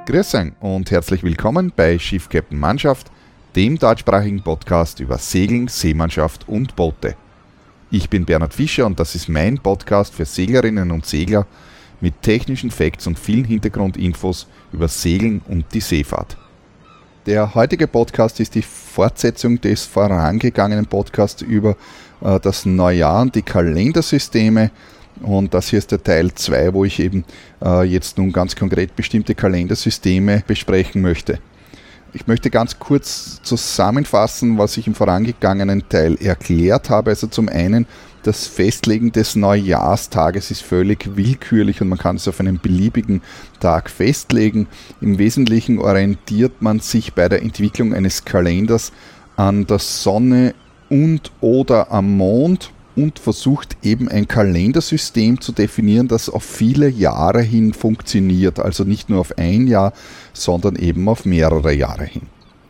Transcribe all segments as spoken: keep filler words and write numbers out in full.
Grüß euch und herzlich willkommen bei Schiff Captain Mannschaft, dem deutschsprachigen Podcast über Segeln, Seemannschaft und Boote. Ich bin Bernhard Fischer und das ist mein Podcast für Seglerinnen und Segler mit technischen Facts und vielen Hintergrundinfos über Segeln und die Seefahrt. Der heutige Podcast ist die Fortsetzung des vorangegangenen Podcasts über äh, das Neujahr und die Kalendersysteme. Und das hier ist der Teil zwei, wo ich eben äh, jetzt nun ganz konkret bestimmte Kalendersysteme besprechen möchte. Ich möchte ganz kurz zusammenfassen, was ich im vorangegangenen Teil erklärt habe. Also zum einen, das Festlegen des Neujahrstages ist völlig willkürlich und man kann es auf einen beliebigen Tag festlegen. Im Wesentlichen orientiert man sich bei der Entwicklung eines Kalenders an der Sonne und oder am Mond und versucht eben ein Kalendersystem zu definieren, das auf viele Jahre hin funktioniert. Also nicht nur auf ein Jahr, sondern eben auf mehrere Jahre hin.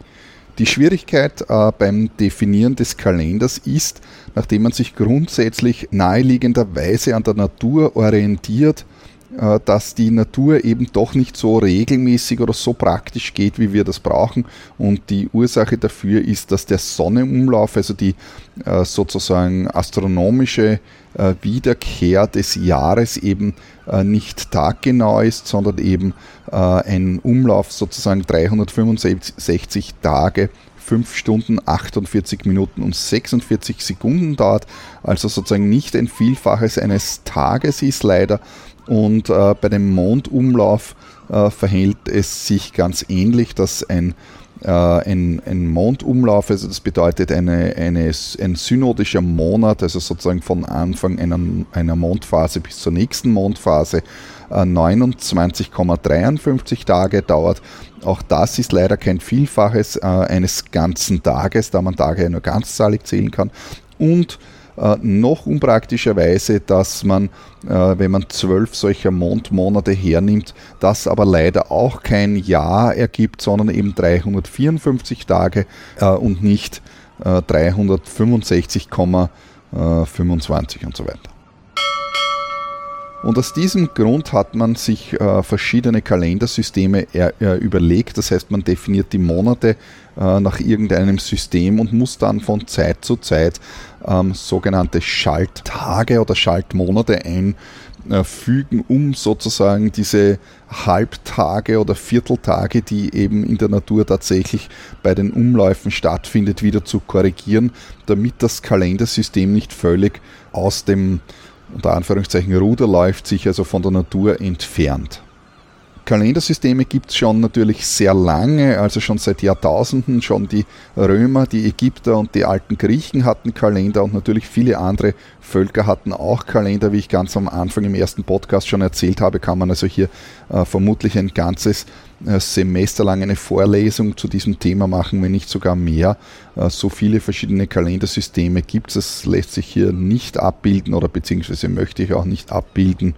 Die Schwierigkeit äh, beim Definieren des Kalenders ist, nachdem man sich grundsätzlich naheliegenderweise an der Natur orientiert, äh, dass die Natur eben doch nicht so regelmäßig oder so praktisch geht, wie wir das brauchen. Und die Ursache dafür ist, dass der Sonnenumlauf, also die äh, sozusagen astronomische äh, Wiederkehr des Jahres eben äh, nicht taggenau ist, sondern eben äh, ein Umlauf sozusagen dreihundertfünfundsechzig Tage, fünf Stunden, achtundvierzig Minuten und sechsundvierzig Sekunden dauert, also sozusagen nicht ein Vielfaches eines Tages ist leider. Und äh, bei dem Mondumlauf äh, verhält es sich ganz ähnlich, dass ein, äh, ein, ein Mondumlauf, also das bedeutet eine, eine, ein synodischer Monat, also sozusagen von Anfang einer, einer Mondphase bis zur nächsten Mondphase, äh, neunundzwanzig Komma dreiundfünfzig Tage dauert. Auch das ist leider kein Vielfaches äh, eines ganzen Tages, da man Tage ja nur ganzzahlig zählen kann. Und Äh, noch unpraktischerweise, dass man, äh, wenn man zwölf solcher Mondmonate hernimmt, das aber leider auch kein Jahr ergibt, sondern eben dreihundertvierundfünfzig Tage äh, und nicht äh, dreihundertfünfundsechzig Komma fünfundzwanzig und so weiter. Und aus diesem Grund hat man sich äh, verschiedene Kalendersysteme er, äh, überlegt. Das heißt, man definiert die Monate äh, nach irgendeinem System und muss dann von Zeit zu Zeit ähm, sogenannte Schalttage oder Schaltmonate einfügen, um sozusagen diese Halbtage oder Vierteltage, die eben in der Natur tatsächlich bei den Umläufen stattfindet, wieder zu korrigieren, damit das Kalendersystem nicht völlig aus dem unter Anführungszeichen Ruder läuft, sich also von der Natur entfernt. Kalendersysteme gibt es schon natürlich sehr lange, also schon seit Jahrtausenden. Schon die Römer, die Ägypter und die alten Griechen hatten Kalender und natürlich viele andere Völker hatten auch Kalender. Wie ich ganz am Anfang im ersten Podcast schon erzählt habe, kann man also hier äh, vermutlich ein ganzes äh, Semester lang eine Vorlesung zu diesem Thema machen, wenn nicht sogar mehr. Äh, so viele verschiedene Kalendersysteme gibt es, das lässt sich hier nicht abbilden oder beziehungsweise möchte ich auch nicht abbilden.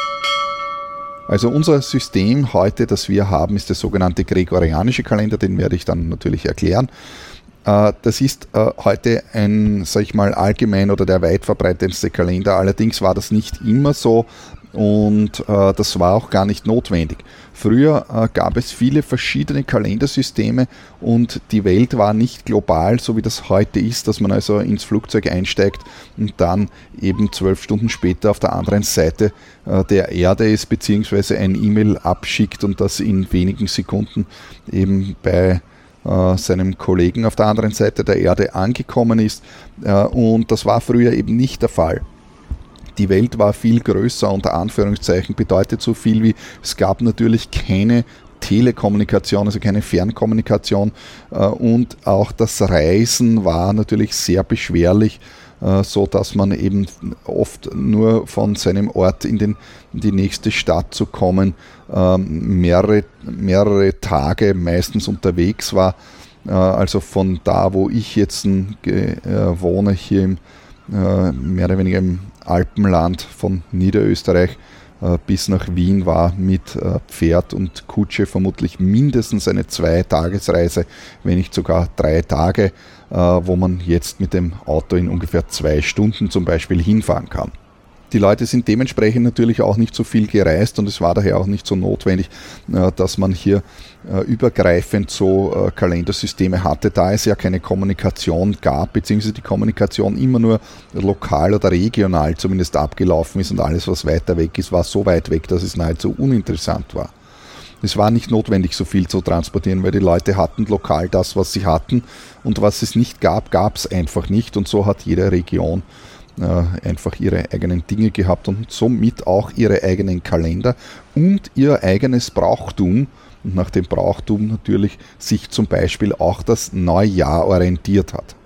Also unser System heute, das wir haben, ist der sogenannte gregorianische Kalender, den werde ich dann natürlich erklären. Das ist heute ein, sag ich mal, allgemein oder der weit verbreitetste Kalender. Allerdings war das nicht immer so und das war auch gar nicht notwendig. Früher gab es viele verschiedene Kalendersysteme und die Welt war nicht global, so wie das heute ist, dass man also ins Flugzeug einsteigt und dann eben zwölf Stunden später auf der anderen Seite der Erde ist, beziehungsweise ein E-Mail abschickt und das in wenigen Sekunden eben bei seinem Kollegen auf der anderen Seite der Erde angekommen ist. Und das war früher eben nicht der Fall. Die Welt war viel größer, unter Anführungszeichen, bedeutet so viel wie, es gab natürlich keine Telekommunikation, also keine Fernkommunikation und auch das Reisen war natürlich sehr beschwerlich, so dass man eben oft nur von seinem Ort in, den, in die nächste Stadt zu kommen, mehrere, mehrere Tage meistens unterwegs war. Also von da, wo ich jetzt wohne, hier im, mehr oder weniger im Alpenland von Niederösterreich, bis nach Wien war mit Pferd und Kutsche vermutlich mindestens eine Zwei-Tagesreise, wenn nicht sogar drei Tage, wo man jetzt mit dem Auto in ungefähr zwei Stunden zum Beispiel hinfahren kann. Die Leute sind dementsprechend natürlich auch nicht so viel gereist und es war daher auch nicht so notwendig, dass man hier übergreifend so Kalendersysteme hatte, da es ja keine Kommunikation gab, beziehungsweise die Kommunikation immer nur lokal oder regional zumindest abgelaufen ist und alles, was weiter weg ist, war so weit weg, dass es nahezu uninteressant war. Es war nicht notwendig, so viel zu transportieren, weil die Leute hatten lokal das, was sie hatten, und was es nicht gab, gab es einfach nicht, und so hat jede Region äh, einfach ihre eigenen Dinge gehabt und somit auch ihre eigenen Kalender und ihr eigenes Brauchtum, und nach dem Brauchtum natürlich sich zum Beispiel auch das Neujahr orientiert hat.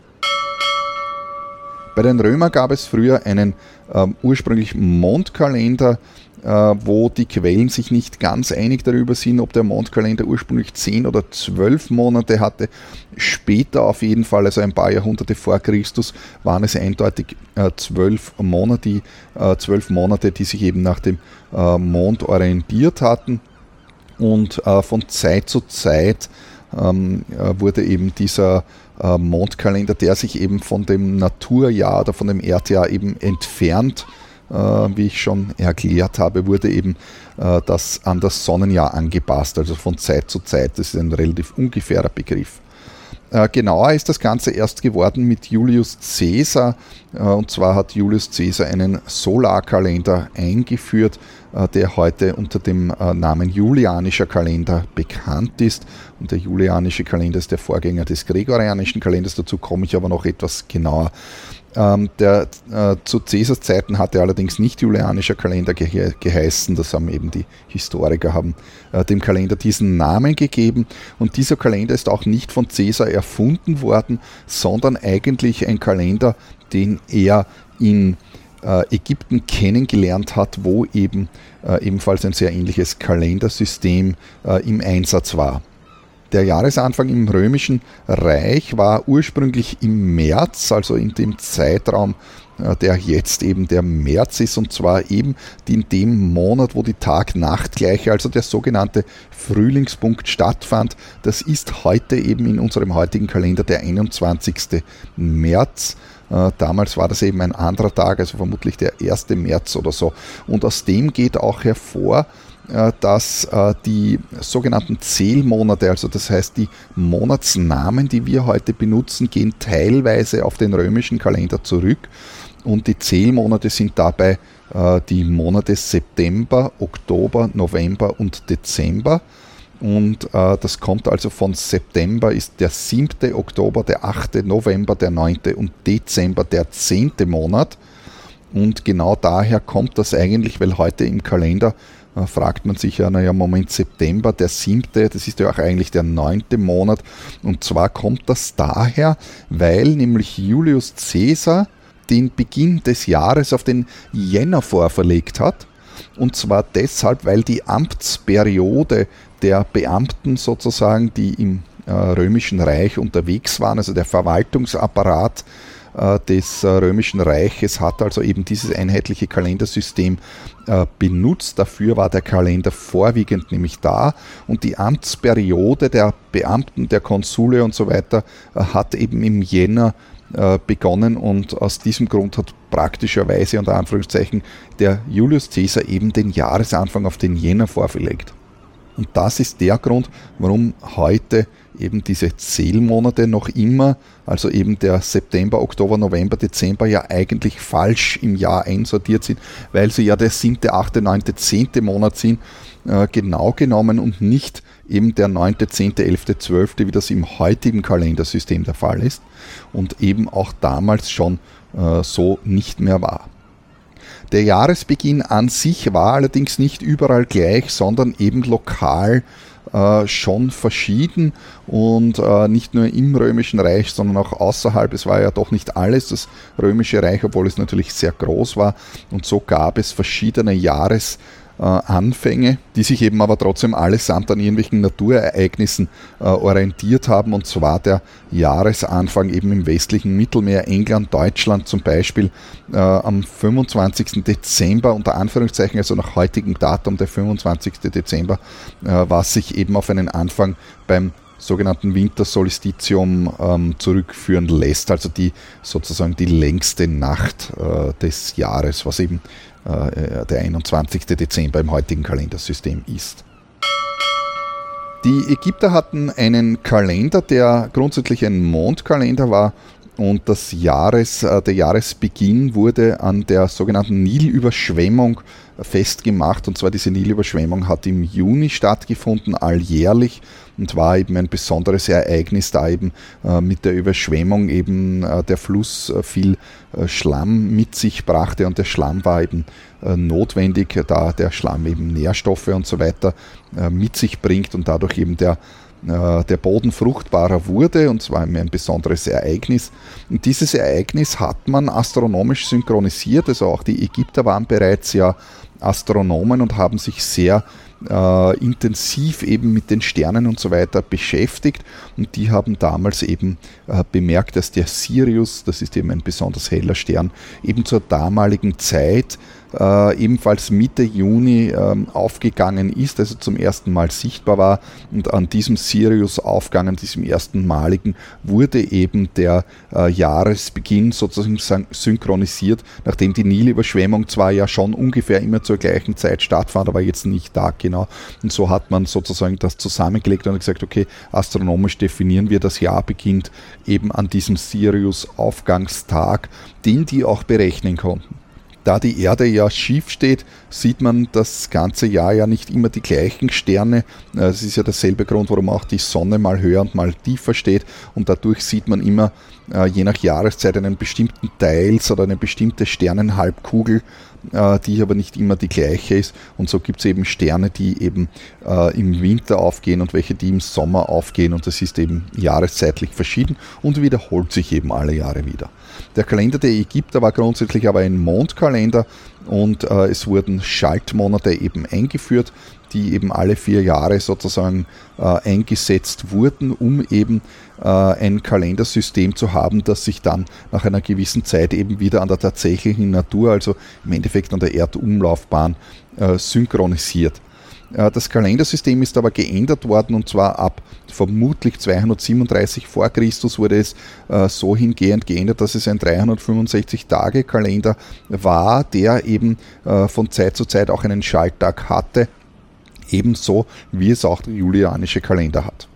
Bei den Römern gab es früher einen ähm, ursprünglich Mondkalender, äh, wo die Quellen sich nicht ganz einig darüber sind, ob der Mondkalender ursprünglich zehn oder zwölf Monate hatte. Später auf jeden Fall, also ein paar Jahrhunderte vor Christus, waren es eindeutig äh, zwölf Monate, äh, zwölf Monate, die sich eben nach dem äh, Mond orientiert hatten. Und äh, von Zeit zu Zeit ähm, äh, wurde eben dieser äh, Mondkalender, der sich eben von dem Naturjahr oder von dem Erdjahr eben entfernt, äh, wie ich schon erklärt habe, wurde eben äh, das an das Sonnenjahr angepasst, also von Zeit zu Zeit. Das ist ein relativ ungefährer Begriff. Äh, genauer ist das Ganze erst geworden mit Julius Caesar, äh, und zwar hat Julius Caesar einen Solarkalender eingeführt, äh, der heute unter dem äh, Namen Julianischer Kalender bekannt ist, und der Julianische Kalender ist der Vorgänger des Gregorianischen Kalenders, dazu komme ich aber noch etwas genauer. Ähm, der, äh, zu Caesars Zeiten hatte allerdings nicht Julianischer Kalender ge- geheißen, das haben eben die Historiker haben äh, dem Kalender diesen Namen gegeben, und dieser Kalender ist auch nicht von Caesar erfunden worden, sondern eigentlich ein Kalender, den er in äh, Ägypten kennengelernt hat, wo eben äh, ebenfalls ein sehr ähnliches Kalendersystem äh, im Einsatz war. Der Jahresanfang im Römischen Reich war ursprünglich im März, also in dem Zeitraum, der jetzt eben der März ist, und zwar eben in dem Monat, wo die Tag-Nacht-Gleiche, also der sogenannte Frühlingspunkt stattfand. Das ist heute eben in unserem heutigen Kalender der einundzwanzigste März. Damals war das eben ein anderer Tag, also vermutlich der erste März oder so. Und aus dem geht auch hervor, dass die sogenannten Zählmonate, also das heißt die Monatsnamen, die wir heute benutzen, gehen teilweise auf den römischen Kalender zurück, und die Zählmonate sind dabei die Monate September, Oktober, November und Dezember. Und äh, das kommt also von September ist der siebte, Oktober der achte, November der neunte und Dezember der zehnte Monat. Und genau daher kommt das eigentlich, weil heute im Kalender äh, fragt man sich ja, naja, Moment, September, der siebte, das ist ja auch eigentlich der neunte Monat. Und zwar kommt das daher, weil nämlich Julius Caesar den Beginn des Jahres auf den Jänner vorverlegt hat. Und zwar deshalb, weil die Amtsperiode der Beamten sozusagen, die im äh, Römischen Reich unterwegs waren, also der Verwaltungsapparat äh, des äh, Römischen Reiches hat also eben dieses einheitliche Kalendersystem äh, benutzt. Dafür war der Kalender vorwiegend nämlich da, und die Amtsperiode der Beamten, der Konsule und so weiter äh, hat eben im Jänner begonnen, und aus diesem Grund hat praktischerweise unter Anführungszeichen der Julius Caesar eben den Jahresanfang auf den Jänner vorverlegt. Und das ist der Grund, warum heute eben diese Zählmonate noch immer, also eben der September, Oktober, November, Dezember, ja eigentlich falsch im Jahr einsortiert sind, weil sie ja der siebte, achte, neunte, zehnte Monat sind, äh, genau genommen, und nicht eben der neunte, zehnte, elfte, zwölfte, wie das im heutigen Kalendersystem der Fall ist und eben auch damals schon äh, so nicht mehr war. Der Jahresbeginn an sich war allerdings nicht überall gleich, sondern eben lokal äh, schon verschieden, und äh, nicht nur im Römischen Reich, sondern auch außerhalb. Es war ja doch nicht alles das Römische Reich, obwohl es natürlich sehr groß war, und so gab es verschiedene Jahres Äh, Anfänge, die sich eben aber trotzdem allesamt an irgendwelchen Naturereignissen äh, orientiert haben, und zwar der Jahresanfang eben im westlichen Mittelmeer, England, Deutschland zum Beispiel, äh, am fünfundzwanzigsten Dezember, unter Anführungszeichen, also nach heutigem Datum der fünfundzwanzigste Dezember, äh, was sich eben auf einen Anfang beim sogenannten Wintersolstitium ähm, zurückführen lässt, also die sozusagen die längste Nacht äh, des Jahres, was eben äh, der einundzwanzigste Dezember im heutigen Kalendersystem ist. Die Ägypter hatten einen Kalender, der grundsätzlich ein Mondkalender war, und das Jahres, der Jahresbeginn wurde an der sogenannten Nilüberschwemmung festgemacht. Und zwar diese Nilüberschwemmung hat im Juni stattgefunden, alljährlich, und war eben ein besonderes Ereignis, da eben äh, mit der Überschwemmung eben äh, der Fluss äh, viel äh, Schlamm mit sich brachte, und der Schlamm war eben äh, notwendig, da der Schlamm eben Nährstoffe und so weiter äh, mit sich bringt und dadurch eben der der Boden fruchtbarer wurde, und zwar ein besonderes Ereignis. Und dieses Ereignis hat man astronomisch synchronisiert, also auch die Ägypter waren bereits ja Astronomen und haben sich sehr äh, intensiv eben mit den Sternen und so weiter beschäftigt, und die haben damals eben äh, bemerkt, dass der Sirius, das ist eben ein besonders heller Stern, eben zur damaligen Zeit Äh, ebenfalls Mitte Juni ähm, aufgegangen ist, also zum ersten Mal sichtbar war, und an diesem Sirius-Aufgang, an diesem ersten Maligen, wurde eben der äh, Jahresbeginn sozusagen synchronisiert, nachdem die Nilüberschwemmung zwar ja schon ungefähr immer zur gleichen Zeit stattfand, aber jetzt nicht taggenau, und so hat man sozusagen das zusammengelegt und gesagt, okay, astronomisch definieren wir, das Jahr beginnt eben an diesem Sirius-Aufgangstag, den die auch berechnen konnten. Da die Erde ja schief steht, sieht man das ganze Jahr ja nicht immer die gleichen Sterne. Es ist ja derselbe Grund, warum auch die Sonne mal höher und mal tiefer steht, und dadurch sieht man immer je nach Jahreszeit einen bestimmten Teils oder eine bestimmte Sternenhalbkugel, die aber nicht immer die gleiche ist, und so gibt es eben Sterne, die eben äh, im Winter aufgehen und welche, die im Sommer aufgehen, und das ist eben jahreszeitlich verschieden und wiederholt sich eben alle Jahre wieder. Der Kalender der Ägypter war grundsätzlich aber ein Mondkalender, und äh, es wurden Schaltmonate eben eingeführt, die eben alle vier Jahre sozusagen äh, eingesetzt wurden, um eben äh, ein Kalendersystem zu haben, das sich dann nach einer gewissen Zeit eben wieder an der tatsächlichen Natur, also im Endeffekt an der Erdumlaufbahn, äh, synchronisiert. Äh, das Kalendersystem ist aber geändert worden, und zwar ab vermutlich zweihundertsiebenunddreißig vor Christus wurde es äh, so hingehend geändert, dass es ein dreihundertfünfundsechzig-Tage-Kalender war, der eben äh, von Zeit zu Zeit auch einen Schalttag hatte, ebenso wie es auch der julianische Kalender hat.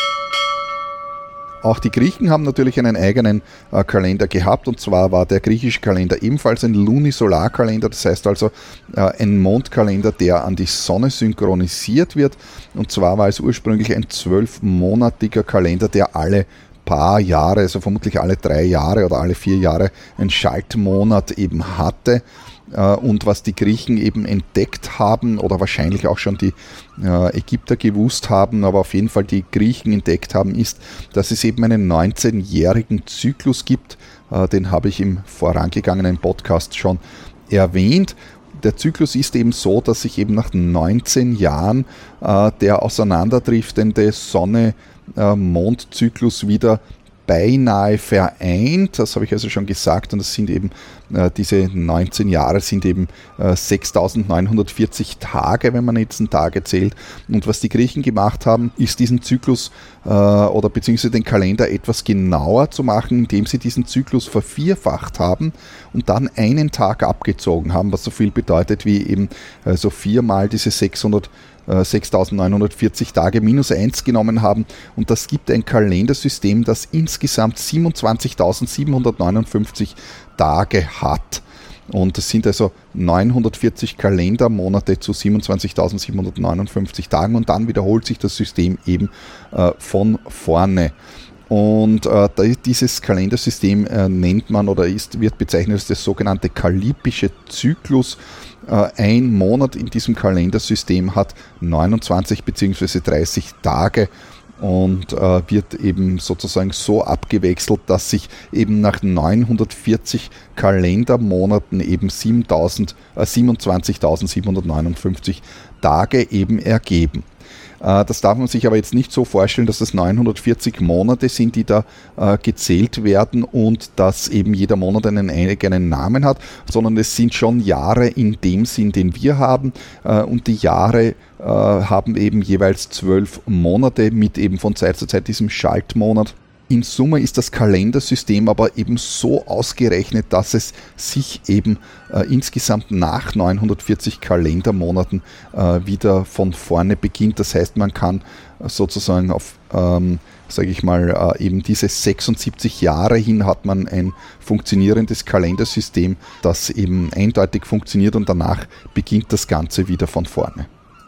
Auch die Griechen haben natürlich einen eigenen äh, Kalender gehabt, und zwar war der griechische Kalender ebenfalls ein Lunisolarkalender, das heißt also äh, ein Mondkalender, der an die Sonne synchronisiert wird, und zwar war es ursprünglich ein zwölfmonatiger Kalender, der alle paar Jahre, also vermutlich alle drei Jahre oder alle vier Jahre einen Schaltmonat eben hatte. Und was die Griechen eben entdeckt haben, oder wahrscheinlich auch schon die äh, Ägypter gewusst haben, aber auf jeden Fall die Griechen entdeckt haben, ist, dass es eben einen neunzehnjährigen Zyklus gibt. Äh, den habe ich im vorangegangenen Podcast schon erwähnt. Der Zyklus ist eben so, dass sich eben nach neunzehn Jahren äh, der auseinanderdriftende Sonne-Mond-Zyklus wieder beinahe vereint, das habe ich also schon gesagt, und das sind eben äh, diese neunzehn Jahre sind eben äh, sechstausendneunhundertvierzig Tage, wenn man jetzt einen Tage zählt. Und was die Griechen gemacht haben, ist diesen Zyklus äh, oder beziehungsweise den Kalender etwas genauer zu machen, indem sie diesen Zyklus vervierfacht haben und dann einen Tag abgezogen haben, was so viel bedeutet wie eben äh, so viermal diese sechshundert sechstausendneunhundertvierzig Tage minus eins genommen haben, und das gibt ein Kalendersystem, das insgesamt siebenundzwanzigtausendsiebenhundertneunundfünfzig Tage hat. Und das sind also neunhundertvierzig Kalendermonate zu siebenundzwanzigtausendsiebenhundertneunundfünfzig Tagen, und dann wiederholt sich das System eben äh, von vorne. Und äh, dieses Kalendersystem äh, nennt man oder ist, wird bezeichnet als der sogenannte kallipische Zyklus. Äh, ein Monat in diesem Kalendersystem hat neunundzwanzig bzw. dreißig Tage und äh, wird eben sozusagen so abgewechselt, dass sich eben nach neunhundertvierzig Kalendermonaten eben siebenundzwanzigtausendsiebenhundertneunundfünfzig Tage eben ergeben. Äh, das darf man sich aber jetzt nicht so vorstellen, dass das neunhundertvierzig Monate sind, die da äh, gezählt werden und dass eben jeder Monat einen eigenen Namen hat, sondern es sind schon Jahre in dem Sinn, den wir haben, äh, und die Jahre äh, haben eben jeweils zwölf Monate mit eben von Zeit zu Zeit diesem Schaltmonat. In Summe ist das Kalendersystem aber eben so ausgerechnet, dass es sich eben äh, insgesamt nach neunhundertvierzig Kalendermonaten äh, wieder von vorne beginnt. Das heißt, man kann sozusagen auf, ähm, sage ich mal, äh, eben diese sechsundsiebzig Jahre hin hat man ein funktionierendes Kalendersystem, das eben eindeutig funktioniert und danach beginnt das Ganze wieder von vorne.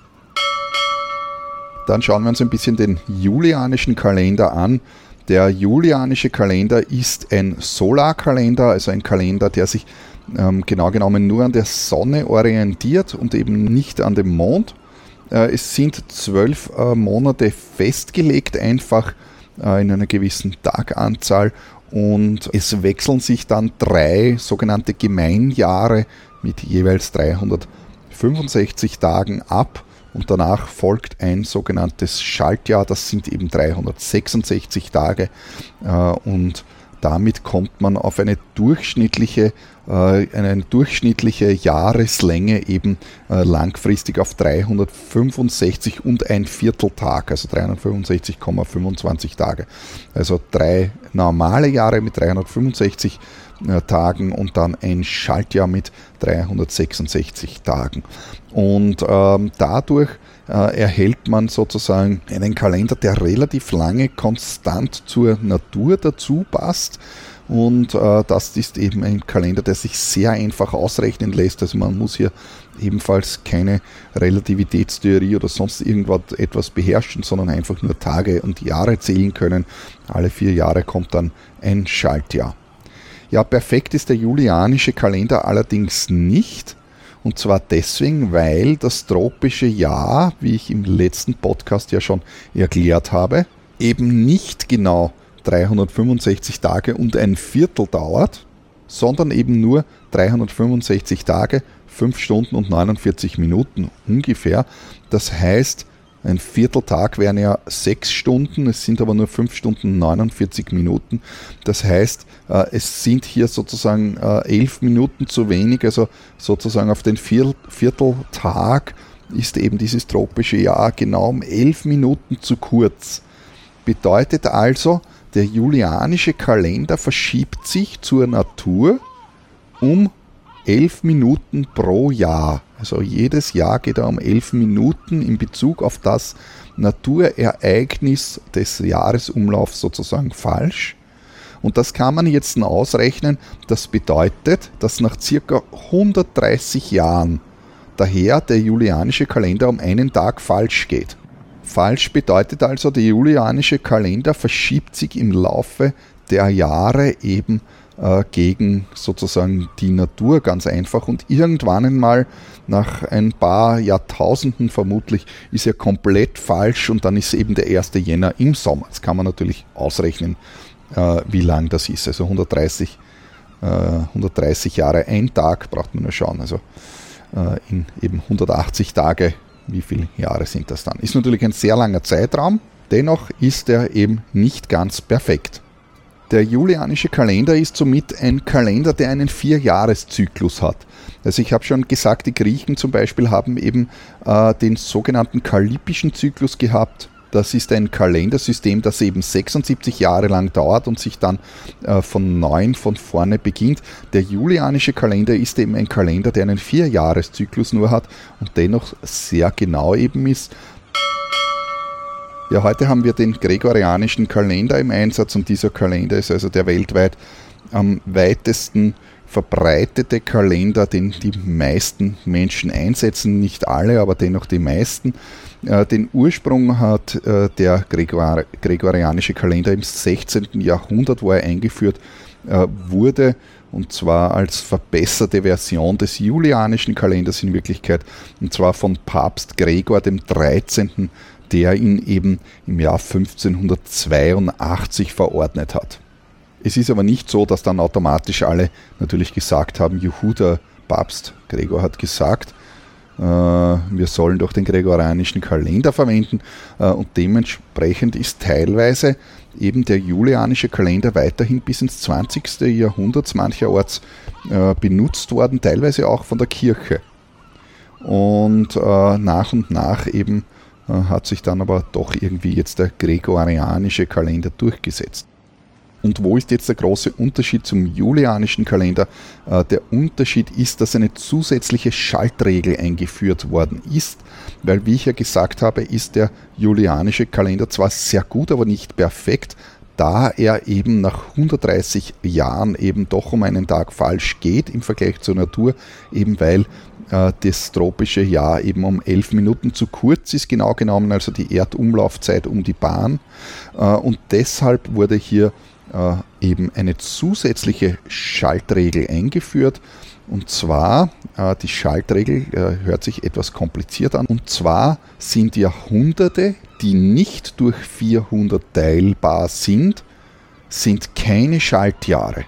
Dann schauen wir uns ein bisschen den julianischen Kalender an. Der julianische Kalender ist ein Solarkalender, also ein Kalender, der sich ähm, genau genommen nur an der Sonne orientiert und eben nicht an dem Mond. Äh, es sind zwölf äh, Monate festgelegt, einfach äh, in einer gewissen Taganzahl, und es wechseln sich dann drei sogenannte Gemeinjahre mit jeweils dreihundertfünfundsechzig Tagen ab. Und danach folgt ein sogenanntes Schaltjahr, das sind eben dreihundertsechsundsechzig Tage, äh, und damit kommt man auf eine durchschnittliche, äh, eine durchschnittliche Jahreslänge eben äh, langfristig auf dreihundertfünfundsechzig und ein Vierteltag, also dreihundertfünfundsechzig Komma fünfundzwanzig Tage. Also drei normale Jahre mit dreihundertfünfundsechzig äh, Tagen und dann ein Schaltjahr mit dreihundertsechsundsechzig Tagen. Und ähm, dadurch äh, erhält man sozusagen einen Kalender, der relativ lange konstant zur Natur dazu passt. Und äh, das ist eben ein Kalender, der sich sehr einfach ausrechnen lässt. Also man muss hier ebenfalls keine Relativitätstheorie oder sonst irgendwas etwas beherrschen, sondern einfach nur Tage und Jahre zählen können. Alle vier Jahre kommt dann ein Schaltjahr. Ja, perfekt ist der julianische Kalender allerdings nicht. Und zwar deswegen, weil das tropische Jahr, wie ich im letzten Podcast ja schon erklärt habe, eben nicht genau dreihundertfünfundsechzig Tage und ein Viertel dauert, sondern eben nur dreihundertfünfundsechzig Tage, fünf Stunden und neunundvierzig Minuten ungefähr. Das heißt, ein Vierteltag wären ja sechs Stunden, es sind aber nur fünf Stunden und neunundvierzig Minuten. Das heißt, es sind hier sozusagen elf Minuten zu wenig, also sozusagen auf den Vierteltag ist eben dieses tropische Jahr genau um elf Minuten zu kurz. Bedeutet also, der julianische Kalender verschiebt sich zur Natur um elf Minuten pro Jahr. Also jedes Jahr geht er um elf Minuten in Bezug auf das Naturereignis des Jahresumlaufs sozusagen falsch. Und das kann man jetzt ausrechnen. Das bedeutet, dass nach circa hundertdreißig Jahren daher der julianische Kalender um einen Tag falsch geht. Falsch bedeutet also, der julianische Kalender verschiebt sich im Laufe der Jahre eben äh, gegen sozusagen die Natur ganz einfach, und irgendwann einmal nach ein paar Jahrtausenden vermutlich ist er komplett falsch und dann ist eben der erste Jänner im Sommer. Jetzt kann man natürlich ausrechnen, äh, wie lang das ist. Also hundertdreißig, äh, hundertdreißig Jahre, ein Tag braucht man nur schauen. Also äh, in eben hundertachtzig Tage, wie viele Jahre sind das dann? Ist natürlich ein sehr langer Zeitraum, dennoch ist er eben nicht ganz perfekt. Der julianische Kalender ist somit ein Kalender, der einen Vierjahreszyklus hat. Also ich habe schon gesagt, die Griechen zum Beispiel haben eben äh, den sogenannten kallipischen Zyklus gehabt. Das ist ein Kalendersystem, das eben sechsundsiebzig Jahre lang dauert und sich dann äh, von neuem von vorne beginnt. Der julianische Kalender ist eben ein Kalender, der einen Vierjahreszyklus nur hat und dennoch sehr genau eben ist. Ja, heute haben wir den gregorianischen Kalender im Einsatz und dieser Kalender ist also der weltweit am weitesten verbreitete Kalender, den die meisten Menschen einsetzen, nicht alle, aber dennoch die meisten. Äh, den Ursprung hat äh, der Gregor- gregorianische Kalender im sechzehnten Jahrhundert, wo er eingeführt äh, wurde, und zwar als verbesserte Version des julianischen Kalenders in Wirklichkeit, und zwar von Papst Gregor dem dreizehnten, der ihn eben im Jahr fünfzehnhundertzweiundachtzig verordnet hat. Es ist aber nicht so, dass dann automatisch alle natürlich gesagt haben, juhu, der Papst Gregor hat gesagt, äh, wir sollen doch den gregorianischen Kalender verwenden äh, und dementsprechend ist teilweise eben der julianische Kalender weiterhin bis ins zwanzigste Jahrhundert mancherorts äh, benutzt worden, teilweise auch von der Kirche. Und äh, nach und nach eben äh, hat sich dann aber doch irgendwie jetzt der gregorianische Kalender durchgesetzt. Und wo ist jetzt der große Unterschied zum julianischen Kalender? Äh, der Unterschied ist, dass eine zusätzliche Schaltregel eingeführt worden ist, weil, wie ich ja gesagt habe, ist der julianische Kalender zwar sehr gut, aber nicht perfekt, da er eben nach hundertdreißig Jahren eben doch um einen Tag falsch geht im Vergleich zur Natur, eben weil äh, das tropische Jahr eben um elf Minuten zu kurz ist, genau genommen, also die Erdumlaufzeit um die Bahn. Äh, und deshalb wurde hier äh, eben eine zusätzliche Schaltregel eingeführt. Und zwar, äh, die Schaltregel äh, hört sich etwas kompliziert an, und zwar sind Jahrhunderte, die nicht durch vierhundert teilbar sind, sind keine Schaltjahre.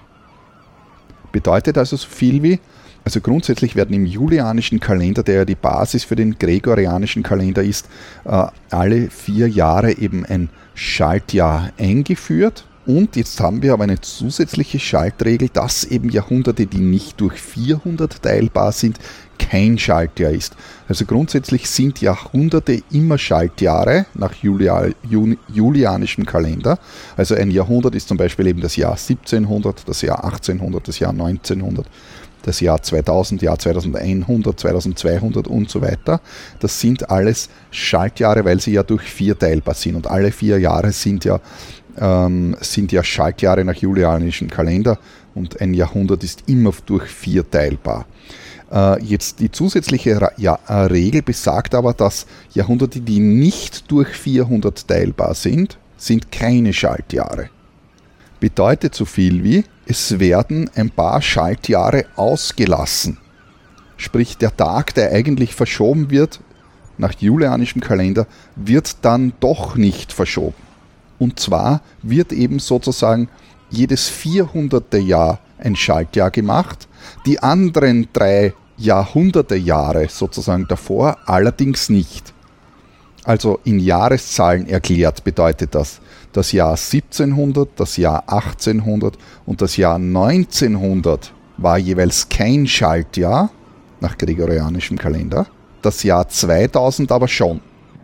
Bedeutet also so viel wie, also grundsätzlich werden im julianischen Kalender, der ja die Basis für den gregorianischen Kalender ist, äh, alle vier Jahre eben ein Schaltjahr eingeführt. Und jetzt haben wir aber eine zusätzliche Schaltregel, dass eben Jahrhunderte, die nicht durch vierhundert teilbar sind, kein Schaltjahr ist. Also grundsätzlich sind Jahrhunderte immer Schaltjahre nach Julia, Juni, julianischem Kalender. Also ein Jahrhundert ist zum Beispiel eben das Jahr siebzehnhundert, das Jahr achtzehnhundert, das Jahr neunzehnhundert, das Jahr zweitausend, Jahr zweitausendeinhundert, zweitausendzweihundert und so weiter. Das sind alles Schaltjahre, weil sie ja durch vier teilbar sind. Und alle vier Jahre sind ja Ähm, sind ja Schaltjahre nach julianischem Kalender und ein Jahrhundert ist immer durch vier teilbar. Äh, jetzt die zusätzliche Ra- ja, äh, Regel besagt aber, dass Jahrhunderte, die nicht durch vierhundert teilbar sind, sind keine Schaltjahre. Bedeutet so viel wie, es werden ein paar Schaltjahre ausgelassen. Sprich, der Tag, der eigentlich verschoben wird, nach julianischem Kalender, wird dann doch nicht verschoben. Und zwar wird eben sozusagen jedes vierhunderte Jahr ein Schaltjahr gemacht, die anderen drei Jahrhunderte-Jahre sozusagen davor allerdings nicht. Also in Jahreszahlen erklärt bedeutet das, das Jahr siebzehnhundert, das Jahr achtzehnhundert und das Jahr neunzehnhundert war jeweils kein Schaltjahr nach gregorianischem Kalender, das Jahr zweitausend aber schon.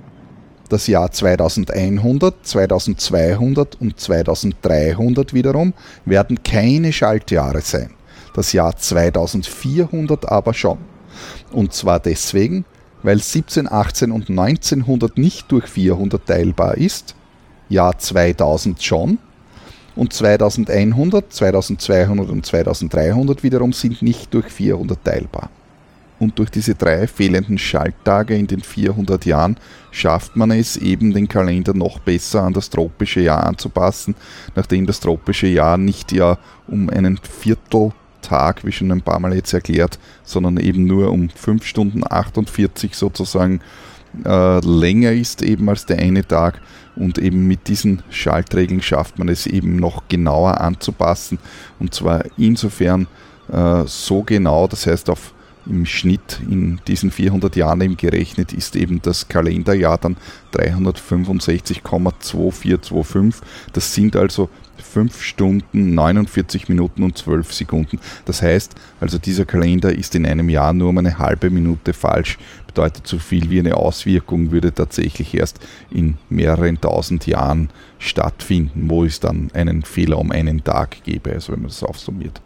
Das Jahr zweitausendeinhundert, zweitausendzweihundert und zweitausenddreihundert wiederum werden keine Schaltjahre sein. Das Jahr zweitausendvierhundert aber schon. Und zwar deswegen, weil siebzehn, achtzehn und neunzehnhundert nicht durch vierhundert teilbar ist, Jahr zweitausend schon, und zweitausendeinhundert, zweitausendzweihundert und zweitausenddreihundert wiederum sind nicht durch vierhundert teilbar. Und durch diese drei fehlenden Schalttage in den vierhundert Jahren schafft man es eben, den Kalender noch besser an das tropische Jahr anzupassen, nachdem das tropische Jahr nicht ja um einen Vierteltag, wie schon ein paar Mal jetzt erklärt, sondern eben nur um fünf Stunden achtundvierzig sozusagen äh, länger ist eben als der eine Tag. Und eben mit diesen Schaltregeln schafft man es eben noch genauer anzupassen. Und zwar insofern äh, so genau, das heißt auf im Schnitt in diesen vierhundert Jahren eben gerechnet ist eben das Kalenderjahr dann dreihundertfünfundsechzig Komma vierundzwanzig. Das sind also fünf Stunden, neunundvierzig Minuten und zwölf Sekunden. Das heißt, also dieser Kalender ist in einem Jahr nur um eine halbe Minute falsch. Bedeutet so viel wie eine Auswirkung würde tatsächlich erst in mehreren tausend Jahren stattfinden, wo es dann einen Fehler um einen Tag gäbe, also wenn man das aufsummiert.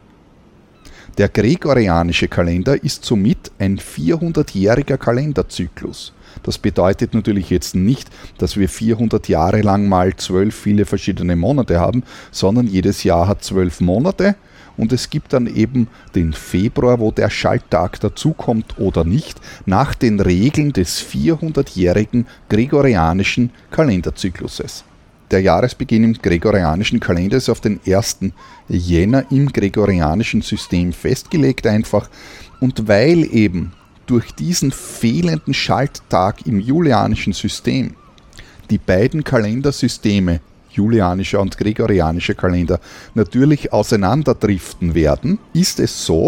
Der gregorianische Kalender ist somit ein vierhundertjähriger Kalenderzyklus. Das bedeutet natürlich jetzt nicht, dass wir vierhundert Jahre lang mal zwölf viele verschiedene Monate haben, sondern jedes Jahr hat zwölf Monate und es gibt dann eben den Februar, wo der Schalttag dazukommt oder nicht, nach den Regeln des vierhundertjährigen gregorianischen Kalenderzykluses. Der Jahresbeginn im gregorianischen Kalender ist auf den ersten Jänner im gregorianischen System festgelegt einfach. Und weil eben durch diesen fehlenden Schalttag im julianischen System die beiden Kalendersysteme, julianischer und gregorianischer Kalender, natürlich auseinanderdriften werden, ist es so,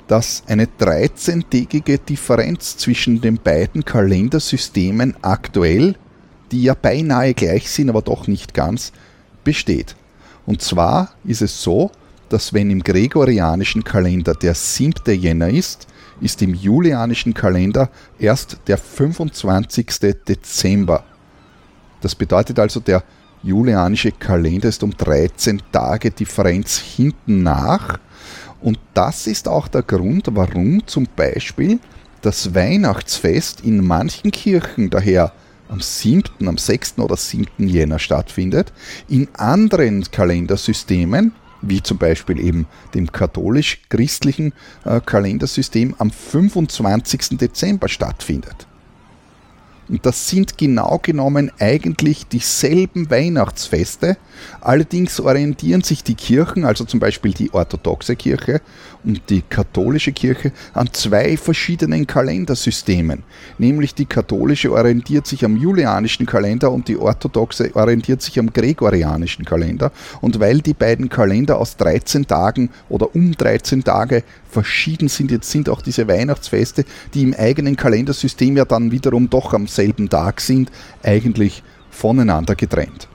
dass eine dreizehntägige Differenz zwischen den beiden Kalendersystemen aktuell, die ja beinahe gleich sind, aber doch nicht ganz, besteht. Und zwar ist es so, dass wenn im gregorianischen Kalender der siebte Jänner ist, ist im julianischen Kalender erst der fünfundzwanzigste Dezember. Das bedeutet also, der julianische Kalender ist um dreizehn Tage Differenz hinten nach. Und das ist auch der Grund, warum zum Beispiel das Weihnachtsfest in manchen Kirchen daher am siebten, am sechsten oder siebten Jänner stattfindet, in anderen Kalendersystemen, wie zum Beispiel eben dem katholisch-christlichen äh, Kalendersystem, am fünfundzwanzigsten Dezember stattfindet. Und das sind genau genommen eigentlich dieselben Weihnachtsfeste, allerdings orientieren sich die Kirchen, also zum Beispiel die orthodoxe Kirche und die katholische Kirche, an zwei verschiedenen Kalendersystemen. Nämlich die katholische orientiert sich am julianischen Kalender und die orthodoxe orientiert sich am gregorianischen Kalender. Und weil die beiden Kalender aus dreizehn Tagen oder um dreizehn Tage verschieden sind, jetzt sind auch diese Weihnachtsfeste, die im eigenen Kalendersystem ja dann wiederum doch am selben Tag sind, eigentlich voneinander getrennt.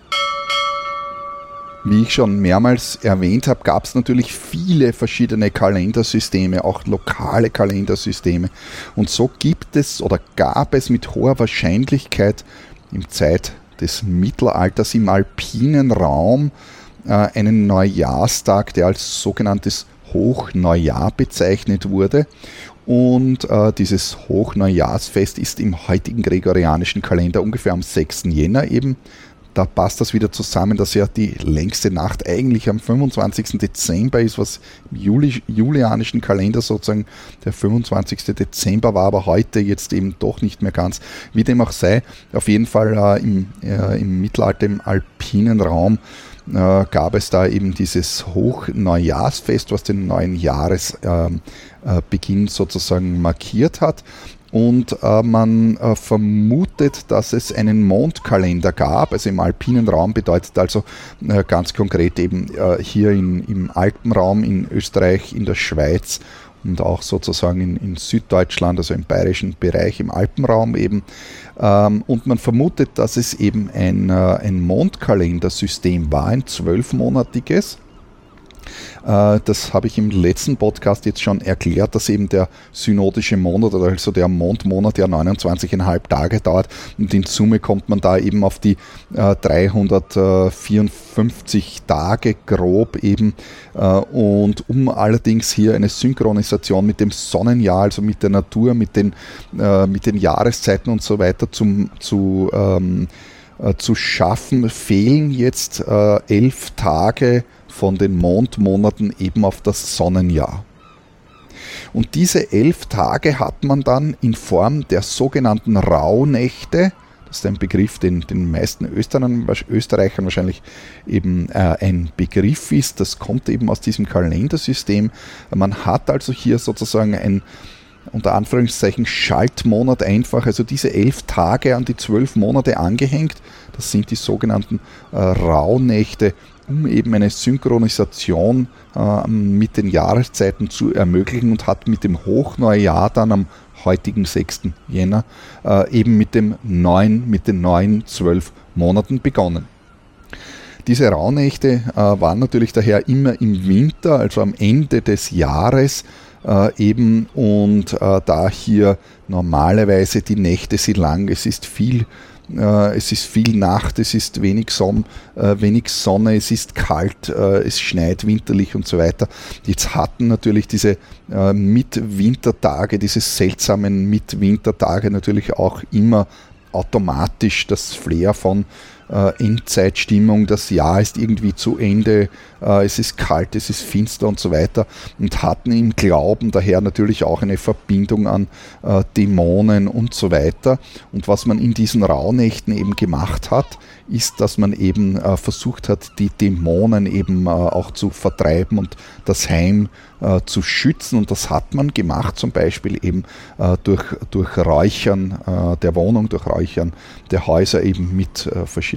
Wie ich schon mehrmals erwähnt habe, gab es natürlich viele verschiedene Kalendersysteme, auch lokale Kalendersysteme. Und so gibt es oder gab es mit hoher Wahrscheinlichkeit im Zeit des Mittelalters im alpinen Raum äh, einen Neujahrstag, der als sogenanntes Hochneujahr bezeichnet wurde. Und äh, dieses Hochneujahrsfest ist im heutigen gregorianischen Kalender ungefähr am sechsten Jänner eben. Da passt das wieder zusammen, dass ja die längste Nacht eigentlich am fünfundzwanzigsten Dezember ist, was im Juli, julianischen Kalender sozusagen der fünfundzwanzigste Dezember war, aber heute jetzt eben doch nicht mehr ganz. Wie dem auch sei, auf jeden Fall äh, im, äh, im Mittelalter im alpinen Raum äh, gab es da eben dieses Hochneujahrsfest, was den neuen Jahresbeginn äh, äh, sozusagen markiert hat. Und äh, man äh, vermutet, dass es einen Mondkalender gab. Also im alpinen Raum bedeutet also äh, ganz konkret eben äh, hier in, im Alpenraum in Österreich, in der Schweiz und auch sozusagen in, in Süddeutschland, also im bayerischen Bereich, im Alpenraum eben. Ähm, und man vermutet, dass es eben ein, äh, ein Mondkalendersystem war, ein zwölfmonatiges. Das habe ich im letzten Podcast jetzt schon erklärt, dass eben der synodische Monat, oder also der Mondmonat ja neunundzwanzig Komma fünf Tage dauert und in Summe kommt man da eben auf die äh, dreihundertvierundfünfzig Tage grob eben. Äh, und um allerdings hier eine Synchronisation mit dem Sonnenjahr, also mit der Natur, mit den, äh, mit den Jahreszeiten und so weiter zum, zu, ähm, äh, zu schaffen, fehlen jetzt äh, elf Tage von den Mondmonaten eben auf das Sonnenjahr. Und diese elf Tage hat man dann in Form der sogenannten Rauhnächte, das ist ein Begriff, den den meisten Österreichern wahrscheinlich eben äh, ein Begriff ist, das kommt eben aus diesem Kalendersystem. Man hat also hier sozusagen ein unter Anführungszeichen Schaltmonat einfach, also diese elf Tage an die zwölf Monate angehängt, das sind die sogenannten äh, Rauhnächte, um eben eine Synchronisation äh, mit den Jahreszeiten zu ermöglichen und hat mit dem Hochneujahr dann am heutigen sechsten Jänner äh, eben mit dem neuen, mit den neuen zwölf Monaten begonnen. Diese Rauhnächte äh, waren natürlich daher immer im Winter, also am Ende des Jahres äh, eben, und äh, da hier normalerweise die Nächte sind lang, es ist viel Es ist viel Nacht, es ist wenig Sonne, äh, wenig Sonne, es ist kalt, äh, es schneit winterlich und so weiter. Jetzt hatten natürlich diese äh, Mitwintertage, diese seltsamen Mitwintertage natürlich auch immer automatisch das Flair von äh, Endzeitstimmung, das Jahr ist irgendwie zu Ende, äh, es ist kalt, es ist finster und so weiter, und hatten im Glauben daher natürlich auch eine Verbindung an äh, Dämonen und so weiter. Und was man in diesen Rauhnächten eben gemacht hat, ist, dass man eben äh, versucht hat, die Dämonen eben äh, auch zu vertreiben und das Heim äh, zu schützen. Und das hat man gemacht, zum Beispiel eben äh, durch, durch Räuchern äh, der Wohnung, durch Räuchern der Häuser eben mit äh, verschiedenen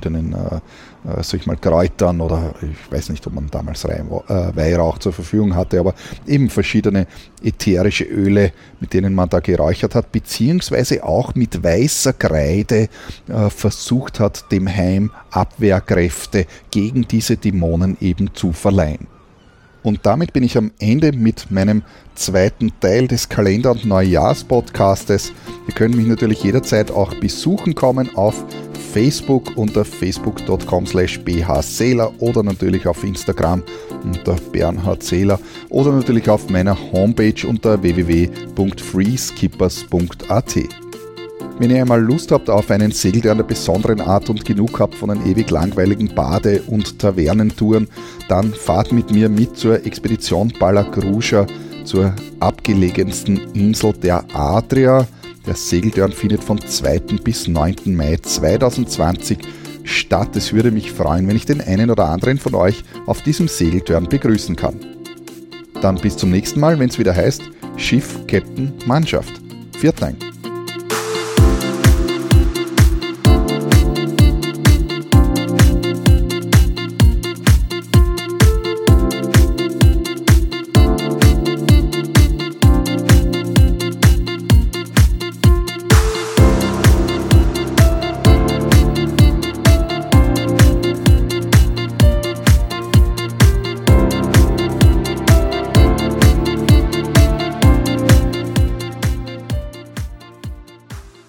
verschiedenen äh, äh, sag ich mal, Kräutern oder ich weiß nicht, ob man damals Reih, äh, Weihrauch zur Verfügung hatte, aber eben verschiedene ätherische Öle, mit denen man da geräuchert hat, beziehungsweise auch mit weißer Kreide äh, versucht hat, dem Heim Abwehrkräfte gegen diese Dämonen eben zu verleihen. Und damit bin ich am Ende mit meinem zweiten Teil des Kalender- und Neujahrs-Podcastes. Ihr könnt mich natürlich jederzeit auch besuchen kommen auf Facebook unter facebook punkt com slash b h seeler oder natürlich auf Instagram unter Bernhard Seeler oder natürlich auf meiner Homepage unter w w w punkt freeskippers punkt a t. Wenn ihr einmal Lust habt auf einen Segel der einer besonderen Art und genug habt von den ewig langweiligen Bade- und Tavernentouren, dann fahrt mit mir mit zur Expedition Palagruja, zur abgelegensten Insel der Adria. Der Segeltörn findet von zweiten bis neunten Mai zweitausendzwanzig statt. Es würde mich freuen, wenn ich den einen oder anderen von euch auf diesem Segeltörn begrüßen kann. Dann bis zum nächsten Mal, wenn es wieder heißt Schiff, Captain, Mannschaft. Vielen Dank.